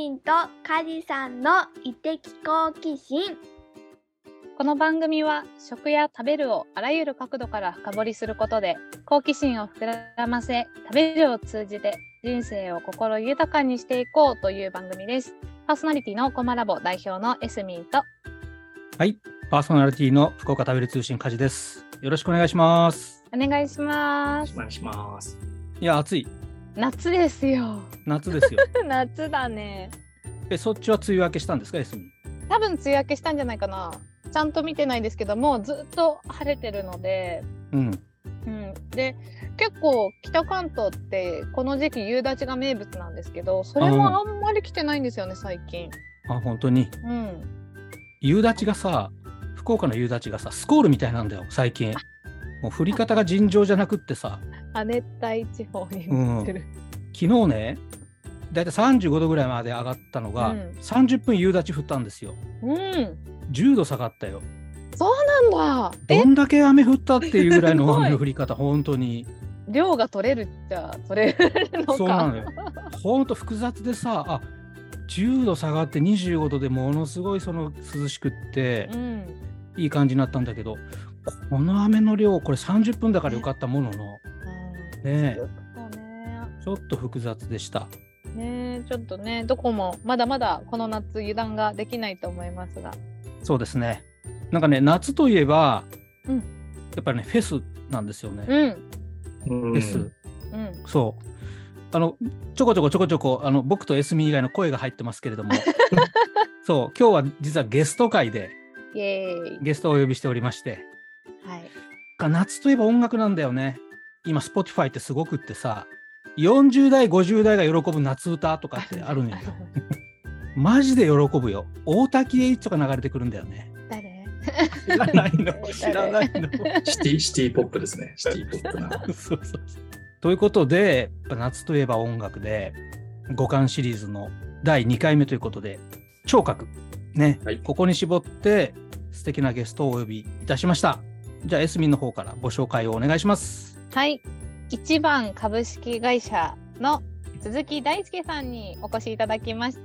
ミンとカジさんの異的好奇心。 この番組は食や食べるをあらゆる角度から深掘りすることで好奇心を膨らませ、食べるを通じて人生を心豊かにしていこうという番組です。パーソナリティのコマラボ代表のエスミンと、 はい、パーソナリティの福岡食べる通信カジです。よろしくお願いします。 お願いします。 お願いします。 いや、暑い。 夏ですよ。 夏ですよ。 夏だね。 そっちは梅雨明けしたんですか、エスミン？ 多分梅雨明けしたんじゃないかな。ちゃんと見てないですけども、ずっと晴れてるので、で結構北関東ってこの時期夕立が名物なんですけど、それもあんまり来てないんですよね最近。 あ、本当に。夕立がさ、福岡の夕立がさ、スコールみたいなんだよ最近。もう降り方が尋常じゃなくってさ、 熱帯地方になってる。 昨日ね、だいたい35度ぐらいまで上がったのが、30分夕立降ったんですよ。10度下がったよ。 そうなんだ。 どんだけ雨降ったっていうぐらいの雨の降り方、本当に。 量が取れるっちゃ取れるのか。 そうなのよ。本当複雑でさ、10度下がって25度でものすごい涼しくって、いい感じになったんだけど、この雨の量、これ30分だからよかったものの、ちょっと複雑でした。 ちょっとね、どこもまだまだこの夏油断ができないと思いますが。そうですね。なんかね、夏といえば、やっぱりね、フェスなんですよね。フェス。そう。ちょこちょこ僕とエスミ以外の声が入ってますけれども、そう、今日は実はゲスト会で、ゲストをお呼びしておりまして、夏といえば音楽なんだよね。今、Spotify ってすごくってさ、40代、50代が喜ぶ夏歌とかってあるのよ。マジで喜ぶよ。大滝栄一とか流れてくるんだよね。 誰？ 知らないの。シティポップですね。シティポップな。 そう。ということで、夏といえば音楽で、五感シリーズの第2回目ということで、聴覚ね、ここに絞って素敵なゲストをお呼びいたしました。じゃあエスミンの方からご紹介をお願いします。 はい、一番株式会社の鈴木大輔さんにお越しいただきました。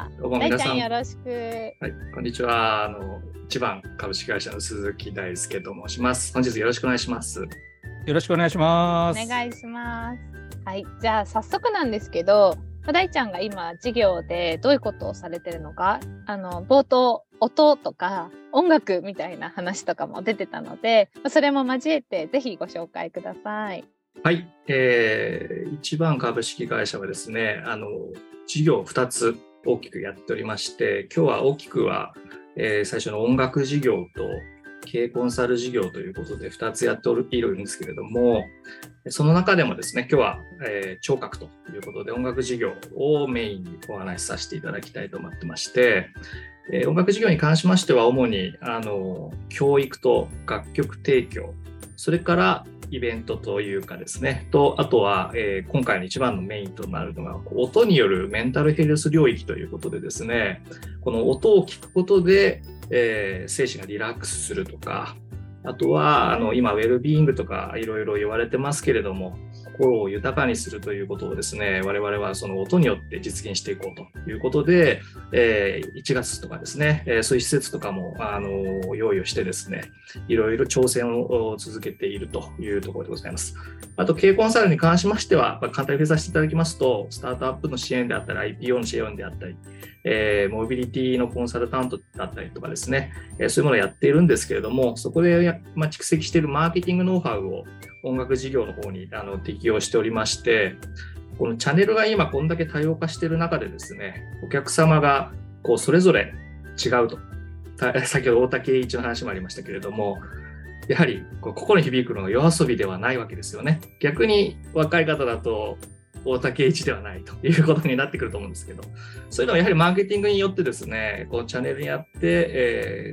どうも皆さん、 大ちゃんよろしく。 はい、こんにちは。一番株式会社の鈴木大輔と申します。本日よろしくお願いします。 よろしくお願いします。 お願いします。はい、じゃあ早速なんですけど、大ちゃんが今事業でどういうことをされてるのか、冒頭音とか音楽みたいな話とかも出てたので、それも交えてぜひご紹介ください。 はい、一番株式会社はですね、事業を2つ大きくやっておりまして、今日は大きくは、最初の音楽事業と経営コンサル事業ということで2つやっているんですけれども、その中でもですね、今日は、聴覚ということで音楽事業をメインにお話しさせていただきたいと思ってまして、音楽事業に関しましては主に教育と楽曲提供、それからイベントというかですね、あとは、今回の一番のメインとなるのが音によるメンタルヘルス領域ということでですね、この音を聞くことで、精神がリラックスするとか、あとは今ウェルビーイングとかいろいろ言われてますけれども、心を豊かにするということをですね、我々はその音によって実現していこうということで、1月とかですね、そういう施設とかも用意をしてですね、いろいろ挑戦を続けているというところでございます。あと経営コンサルに関しましては、簡単に触れさせていただきますと、スタートアップの支援であったり IPO の支援であったり、モビリティのコンサルタントだったりとかですね、そういうものをやっているんですけれども、そこで蓄積しているマーケティングノウハウを音楽事業の方に適用しておりまして、このチャンネルが今こんだけ多様化している中でですね、お客様がそれぞれ違うと、先ほど大竹栄一の話もありましたけれども、やはり心に響くのが夜遊びではないわけですよね。逆に若い方だと大竹栄一ではないということになってくると思うんですけど、そういうのはやはりマーケティングによってですね、このチャンネルにあって、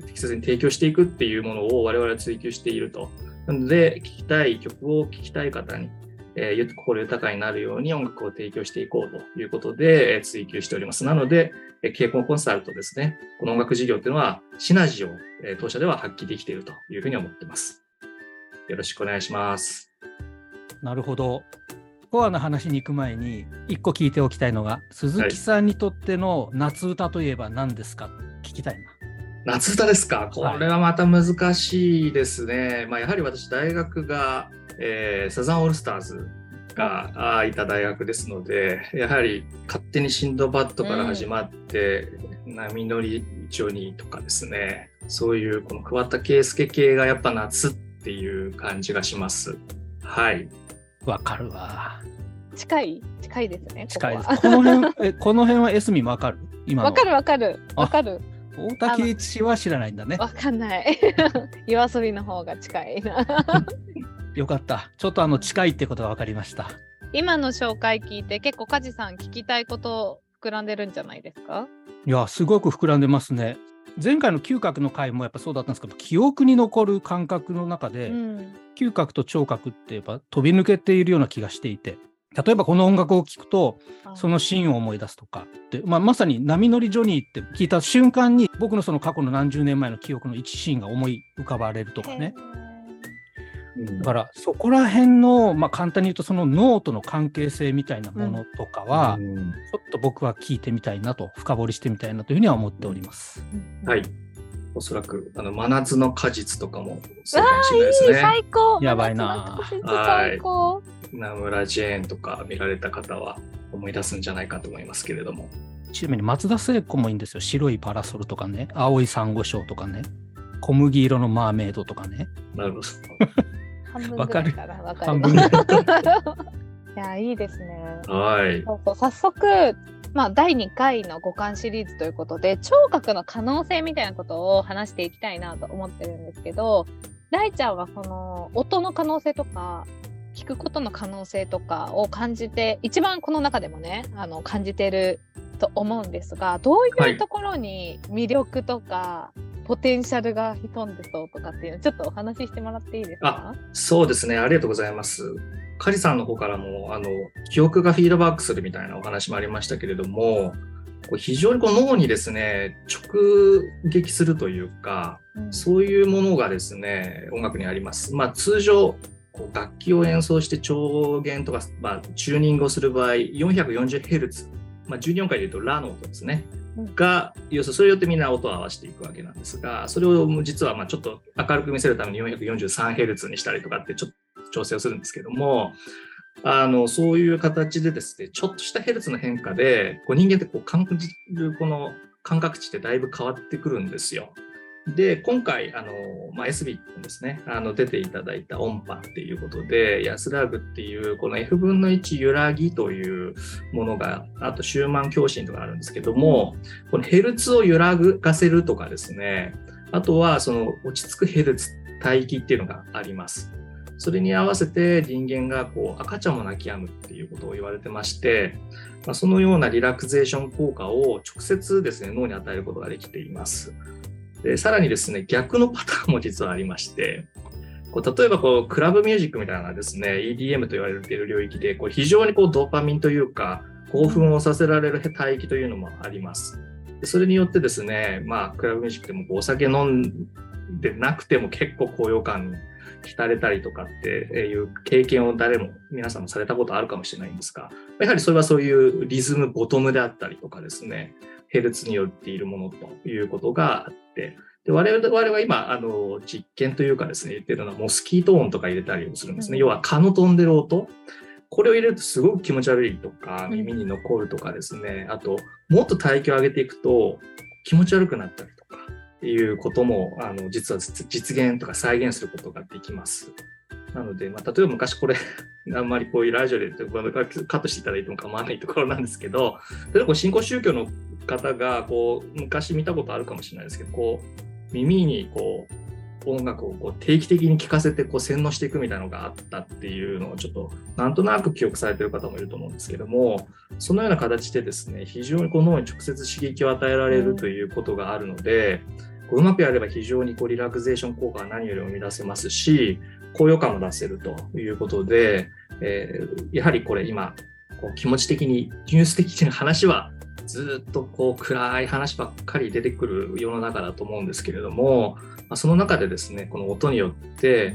適切に提供していくっていうものを我々は追求していると。なので、聴きたい曲を聴きたい方に、心豊かになるように音楽を提供していこうということで、追求しております。なので、経営コンサルとですね、この音楽事業というのはシナジーを、当社では発揮できているというふうに思っています。よろしくお願いします。 なるほど。 コアな話に行く前に一個聞いておきたいのが、鈴木さんにとっての夏歌といえば何ですか、聞きたいな。 夏歌ですか。これはまた難しいですね。やはり私大学が、サザンオールスターズがいた大学ですので、やはり勝手にシンドバッドから始まって、波乗りジョニーとかですね、そういうこの桑田佳祐系がやっぱ夏っていう感じがします。はい。 わかるわ。 近いですね。 近いです。この辺はエスミもわかる？今の。わかる。 太田圭一は知らないんだね。 わかんない。夜遊びの方が近いな。 よかった。ちょっと近いってことが分かりました。 今の紹介聞いて結構梶さん聞きたいこと膨らんでるんじゃないですか？ いや、すごく膨らんでますね。前回の嗅覚の回もやっぱそうだったんですけど、記憶に残る感覚の中で、嗅覚と聴覚ってやっぱ飛び抜けているような気がしていて、例えばこの音楽を聴くとそのシーンを思い出すとかで、まさに波乗りジョニーって聞いた瞬間に僕のその過去の何十年前の記憶の一シーンが思い浮かばれるとかね。だからそこら辺の、簡単に言うとその脳との関係性みたいなものとかは、ちょっと僕は聞いてみたいなと、深掘りしてみたいなというふうには思っております。 はい。おそらく真夏の果実とかもそうかもしれないですね。 最高。 やばいな。 最高。 名村ジェーンとか見られた方は思い出すんじゃないかと思いますけれども。 ちなみに松田聖子もいいんですよ。白いパラソルとかね、青いサンゴ礁とかね、小麦色のマーメイドとかね。 なるほど。 わかる。 半分ぐらい。いや、いいですね。 はい。 そう早速、第2回の五感シリーズということで、聴覚の可能性みたいなことを話していきたいなと思ってるんですけど、大ちゃんはその音の可能性とか聞くことの可能性とかを感じて、一番この中でもね感じてると思うんですが、どういうところに魅力とか、ポテンシャルが潜んでそうとかっていうのちょっとお話ししてもらっていいですか？ そうですね、ありがとうございます。梶さんの方からも記憶がフィードバックするみたいなお話もありましたけれども、非常に脳にですね直撃するというか、そういうものがですね音楽にあります。通常楽器を演奏して調弦とか、チューニングをする場合 440Hz、12音階でいうとラの音ですねが、要するにそれによってみんな音を合わせていくわけなんですが、それを実はちょっと明るく見せるために 443Hz にしたりとかってちょっと調整をするんですけども、そういう形でですね、ちょっとしたヘルツの変化で人間って感じるこの感覚値ってだいぶ変わってくるんですよ。で、今回SB ですね出ていただいた音波っていうことで、安らぐっていうこの F 分の1揺らぎというものが、あとシューマン共振とかあるんですけども、このヘルツを揺らがせるとかですね、あとはその落ち着くヘルツ帯域っていうのがあります。それに合わせて人間が赤ちゃんも泣き止むっていうことを言われてまして、そのようなリラクゼーション効果を直接ですね脳に与えることができています。でさらにですね、逆のパターンも実はありまして、例えばクラブミュージックみたいなですね EDM と言われている領域で非常にドーパミンというか興奮をさせられる帯域というのもあります。でそれによってですね、クラブミュージックでもお酒飲んでなくても結構高揚感に浸れたりとかっていう経験を皆さんもされたことあるかもしれないんですが、やはりそれはそういうリズムボトムであったりとかですね、ヘルツによっているものということがあって、で我々は今実験というかですね言ってるのはモスキート音とか入れたりするんですね。要は蚊の飛んでる音、これを入れるとすごく気持ち悪いとか耳に残るとかですね、あともっと帯域を上げていくと気持ち悪くなったりとかっていうことも実は実現とか再現することができます。なので、例えば昔これあんまりこういうラジオでカットしていただいても構わないところなんですけど、例えば新興宗教の方が昔見たことあるかもしれないですけど、耳に音楽を定期的に聴かせて洗脳していくみたいなのがあったっていうのをちょっとなんとなく記憶されている方もいると思うんですけども、そのような形でですね非常に脳に直接刺激を与えられるということがあるので、うまくやれば非常にリラクゼーション効果は何よりも生み出せますし、高揚感も出せるということで、やはりこれ今気持ち的にニュース的な話はずっと暗い話ばっかり出てくる世の中だと思うんですけれども、その中でですねこの音によって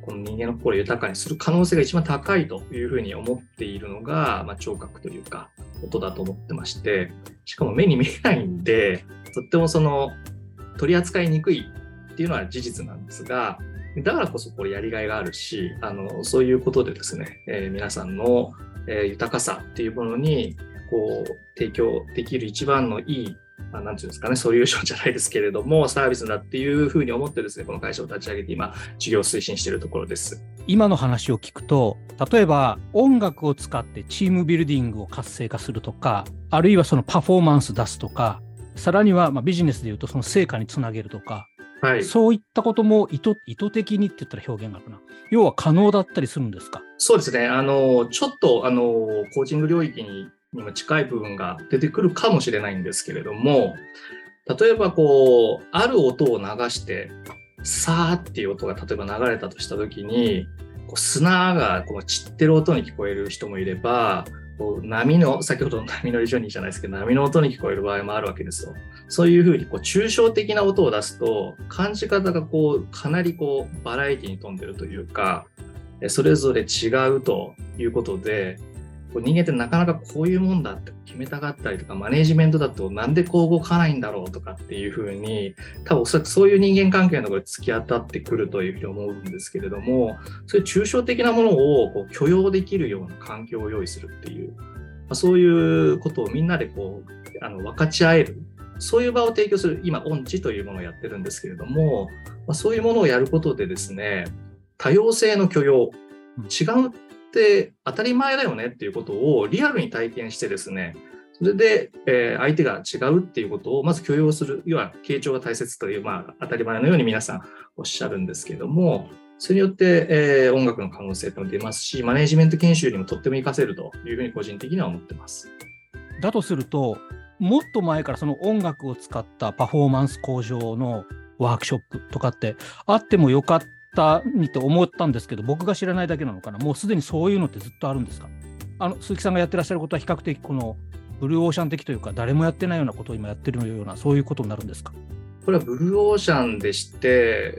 この人間の心を豊かにする可能性が一番高いというふうに思っているのが、聴覚というか音だと思ってまして、しかも目に見えないんで、とっても取り扱いにくいっていうのは事実なんですが、だからこそこれやりがいがあるし、そういうことでですね、皆さんの、豊かさっていうものに提供できる一番のいい、なんていうんですかね、ソリューションじゃないですけれども、サービスだっていうふうに思ってですね、この会社を立ち上げて今、事業を推進しているところです。 今の話を聞くと、例えば音楽を使ってチームビルディングを活性化するとか、あるいはそのパフォーマンス出すとか、さらにはビジネスでいうとその成果につなげるとか、はい、そういったことも意図的にって言ったら表現があるな。要は可能だったりするんですか？そうですね。 ちょっとコーチング領域にも近い部分が出てくるかもしれないんですけれども、例えばある音を流してさーっていう音が例えば流れたとしたときに、砂が散ってる音に聞こえる人もいれば、先ほどの波のリジョニーじゃないですけど、波の音に聞こえる場合もあるわけですよ。そういうふうに抽象的な音を出すと、感じ方がかなりバラエティに富んでるというか、それぞれ違うということで、人間ってなかなかこういうもんだって決めたかったりとか、マネジメントだとなんで動かないんだろうとかっていうふうに、多分おそらくそういう人間関係のところで突き当たってくるというふうに思うんですけれども、そういう抽象的なものを許容できるような環境を用意するっていう、そういうことをみんなで分かち合える、そういう場を提供する、今音痴というものをやってるんですけれども、そういうものをやることでですね、多様性の許容、違うって当たり前だよねっていうことをリアルに体験してですね、それで、相手が違うっていうことをまず許容する、要は傾聴が大切という、当たり前のように皆さんおっしゃるんですけれども、それによって、音楽の可能性というのが出ますし、マネジメント研修にもとっても活かせるというふうに個人的には思ってます。 だとすると、もっと前からその音楽を使ったパフォーマンス向上のワークショップとかってあってもよかったにと思ったんですけど、僕が知らないだけなのかな。もうすでにそういうのってずっとあるんですか？鈴木さんがやってらっしゃることは比較的このブルーオーシャン的というか、誰もやってないようなことを今やってるような、そういうことになるんですか？ これはブルーオーシャンでして、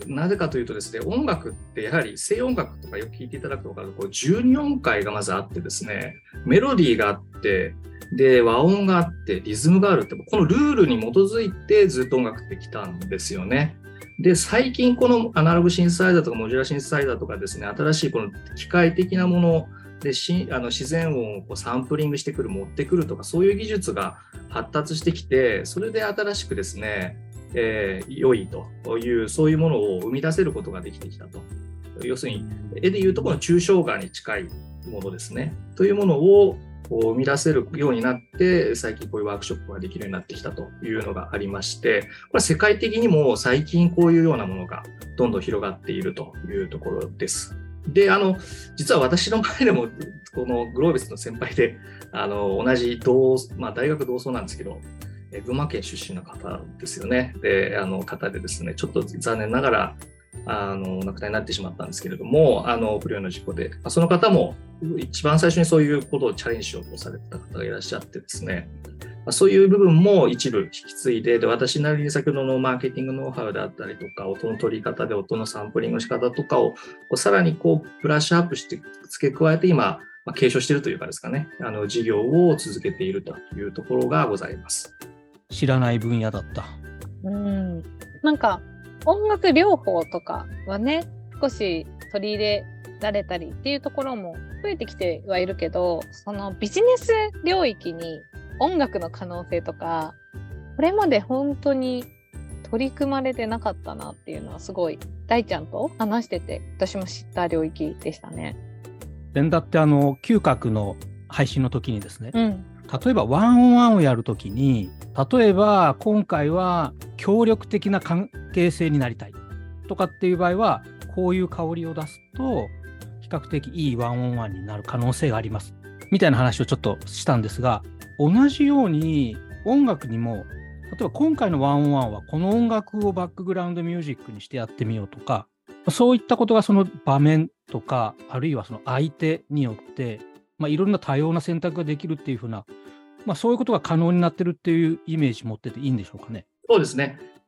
なぜかというとですね、音楽ってやはり西音楽とかよく聞いていただくと分かる12音階がまずあってですね、メロディーがあって、で和音があってリズムがあるって、このルールに基づいてずっと音楽ってきたんですよね。で最近このアナログシンセサイザーとかモジュラシンセサイザーとかですね、新しいこの機械的なもので自然音をサンプリングしてくる、持ってくるとか、そういう技術が発達してきて、それで新しくですね、良いという、そういうものを生み出せることができてきたと。要するに絵でいうとこの抽象画に近いものですね、というものを生み出せるようになって、最近こういうワークショップができるようになってきたというのがありまして、これは世界的にも最近こういうようなものがどんどん広がっているというところです。で、実は私の前でもこのグロービスの先輩で、同じ大学同窓なんですけど、群馬県出身の方ですよね。で、方でですね、ちょっと残念ながらお亡くなりになってしまったんですけれども、不慮の事故で、その方も一番最初にそういうことをチャレンジしようとされてた方がいらっしゃってですね、そういう部分も一部引き継いで、私なりに先ほどのマーケティングノウハウであったりとか、音の取り方で音のサンプリングの仕方とかをさらにブラッシュアップして付け加えて今、継承しているというかですかね、事業を続けているというところがございます。 知らない分野だった。 なんか音楽療法とかはね、少し取り入れられたりっていうところも増えてきてはいるけど、そのビジネス領域に音楽の可能性とか、これまで本当に取り組まれてなかったなっていうのはすごい大ちゃんと話してて私も知った領域でしたね。 だって嗅覚の配信の時にですね、例えばワンオンワンをやるときに、例えば今回は協力的な関係性になりたいとかっていう場合は、こういう香りを出すと比較的いいワンオンワンになる可能性がありますみたいな話をちょっとしたんですが、同じように音楽にも、例えば今回のワンオンワンはこの音楽をバックグラウンドミュージックにしてやってみようとか、そういったことがその場面とか、あるいはその相手によっていろんな多様な選択ができるっていうふうな、そういうことが可能になってるっていうイメージ持ってていいんでしょうかね。 そうですね。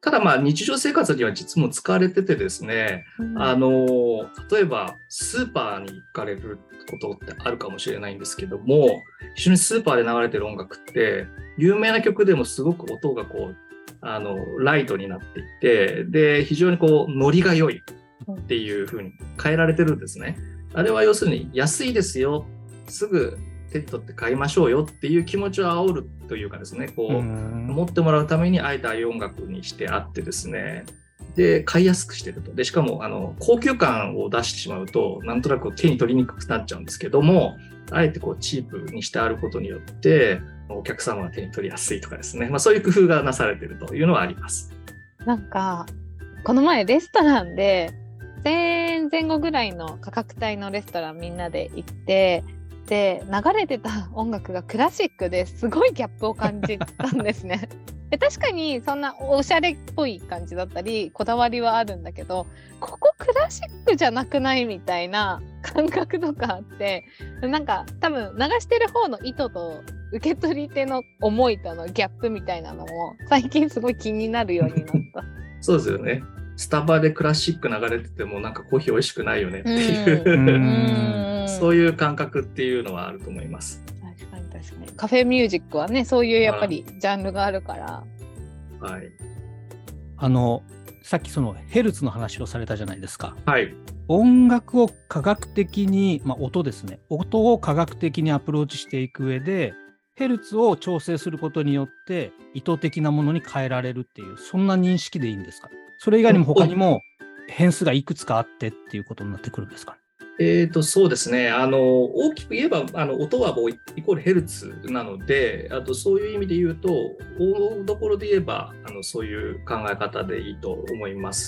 ただ日常生活には実も使われててですね、例えばスーパーに行かれることってあるかもしれないんですけども、一緒にスーパーで流れてる音楽って有名な曲でもすごく音がライトになっていて、で非常にノリが良いっていう風に変えられてるんですね。あれは要するに安いですよ、すぐ手に取って買いましょうよっていう気持ちを煽るというかですね、持ってもらうためにあえてああいう音楽にしてあってですね、で買いやすくしてると。でしかも高級感を出してしまうとなんとなく手に取りにくくなっちゃうんですけども、あえてチープにしてあることによってお客様が手に取りやすいとかですね、そういう工夫がなされているというのはあります。 なんかこの前レストランで1000円前後ぐらいの価格帯のレストランみんなで行って、で流れてた音楽がクラシックですごいギャップを感じたんですね。で確かにそんなおしゃれっぽい感じだったりこだわりはあるんだけど、ここクラシックじゃなくないみたいな感覚とかあって、なんか多分流してる方の意図と受け取り手の思いとのギャップみたいなのも最近すごい気になるようになった。 そうですよね。スタバでクラシック流れててもなんかコーヒー美味しくないよねっていう、そういう感覚っていうのはあると思います。 確かにカフェミュージックはね、そういうやっぱりジャンルがあるから。 はい。 さっきそのヘルツの話をされたじゃないですか。 はい。 音楽を科学的に、音ですね。音を科学的にアプローチしていく上で、ヘルツを調整することによって意図的なものに変えられるっていう、そんな認識でいいんですか？それ以外にも他にも変数がいくつかあってっていうことになってくるんですか？ そうですね。大きく言えば音はイコールヘルツなので、あとそういう意味で言うと大どころで言えばそういう考え方でいいと思います。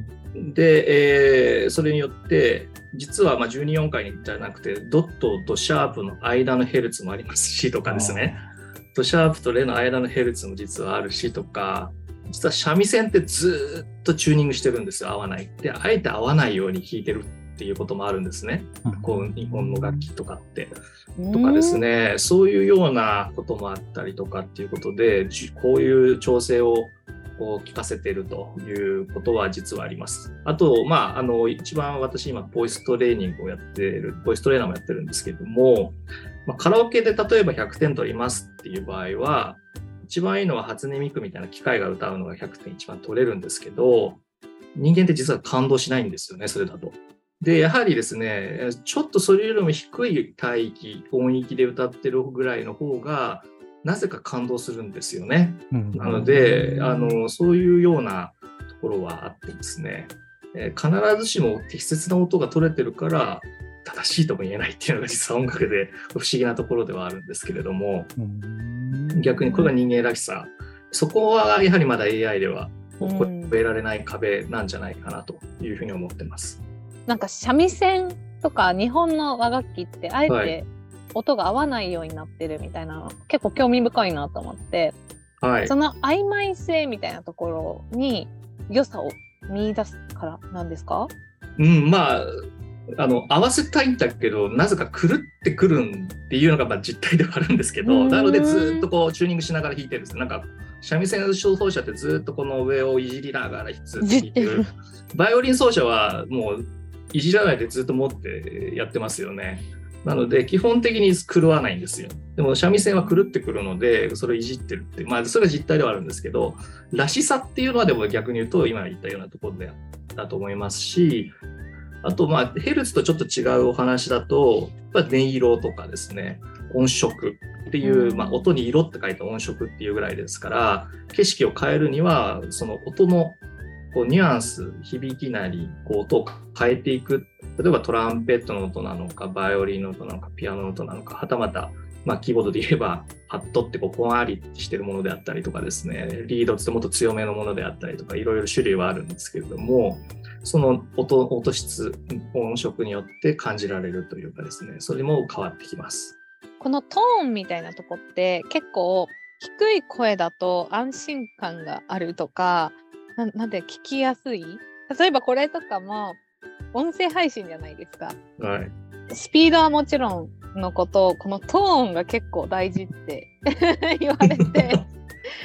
で、それによって実は12音階じゃなくてドットとシャープの間のヘルツもありますしとかですね、とシャープとレの間のヘルツも実はあるしとか、実は三味線ってずっとチューニングしてるんですよ。合わないで、あえて合わないように弾いてるっていうこともあるんですね。日本の楽器とかってとかですね、そういうようなこともあったりとかっていうことで、こういう調整を聞かせているということは実はあります。あと一番私今ボイストレーニングをやっているボイストレーナーもやってるんですけども、カラオケで例えば100点取りますっていう場合は一番いいのは初音ミクみたいな機械が歌うのが100点一番取れるんですけど、人間って実は感動しないんですよね、それだと。で、やはりですね、ちょっとそれよりも低い帯域、音域で歌ってるぐらいの方がなぜか感動するんですよね。なのでそういうようなところはあってですね、必ずしも適切な音が取れてるから正しいとも言えないっていうのが実は音楽で不思議なところではあるんですけれども、逆にこれが人間らしさ、そこはやはりまだ AI では越えられない壁なんじゃないかなというふうに思ってます。 なんか三味線とか日本の和楽器ってあえて音が合わないようになってるみたいなの、結構興味深いなと思って、その曖昧性みたいなところに良さを見出すからなんですか？ 合わせたいんだけどなぜか狂ってくるっていうのが実態ではあるんですけど、なのでずっとチューニングしながら弾いてるんです。なんか三味線の奏者ってずっとこの上をいじりながら弾いてる。バイオリン奏者はもういじらないでずっと持ってやってますよね。なので基本的に狂わないんですよ。でも三味線は狂ってくるのでそれをいじってるって、それが実態ではあるんですけど、らしさっていうのはでも逆に言うと今言ったようなところでだと思いますし、あとヘルツとちょっと違うお話だと音色とかですね、音色っていう、音に色って書いた音色っていうぐらいですから、景色を変えるにはその音のニュアンス、響きなり音を変えていく。例えばトランペットの音なのかバイオリンの音なのかピアノの音なのか、はたまたキーボードで言えばパッドってポンありしてるものであったりとかですね、リードってもっと強めのものであったりとか、いろいろ種類はあるんですけれども、その音質、音色によって感じられるというかですね、それも変わってきます。 このトーンみたいなとこって結構低い声だと安心感があるとか、なんで聞きやすい。例えばこれとかも音声配信じゃないですか。 はい。 スピードはもちろんのこと、このトーンが結構大事って言われて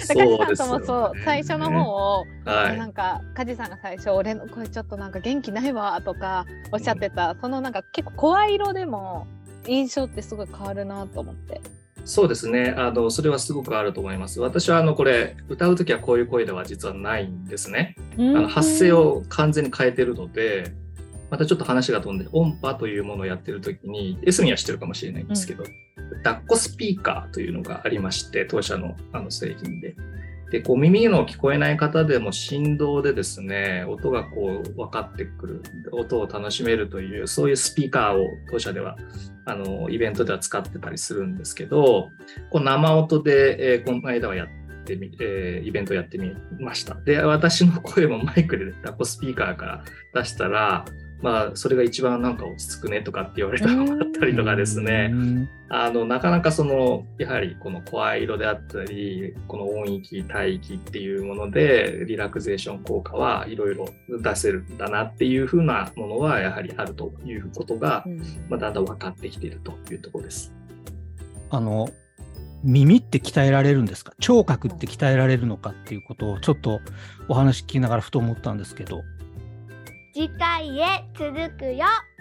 梶さんともそう、最初の方を、なんか梶さんが最初俺の声ちょっとなんか元気ないわとかおっしゃってた、そのなんか結構声色でも印象ってすごい変わるなと思って。 そうですね、それはすごくあると思います。私はこれ歌うときはこういう声では実はないんですね。発声を完全に変えてるので、またちょっと話が飛んで音波というものをやってるときに、エスミは知ってるかもしれないんですけど、抱っこスピーカーというのがありまして、当社の製品で。で、こう耳の聞こえない方でも振動でですね、音がこう分かってくる、音を楽しめるという、そういうスピーカーを当社ではイベントでは使ってたりするんですけど、こう生音で、この間はイベントやってみました。で、私の声もマイクで抱っこスピーカーから出したら、まあ、それが一番なんか落ち着くねとかって言われたのがあったりとかですね、なかなかやはりこの声色であったり、この音域、帯域っていうものでリラクゼーション効果はいろいろ出せるんだなっていうふうなものはやはりあるということが、だんだん分かってきているというところです。 耳って鍛えられるんですか？聴覚って鍛えられるのかっていうことをちょっとお話聞きながらふと思ったんですけど。 次回へ続くよ。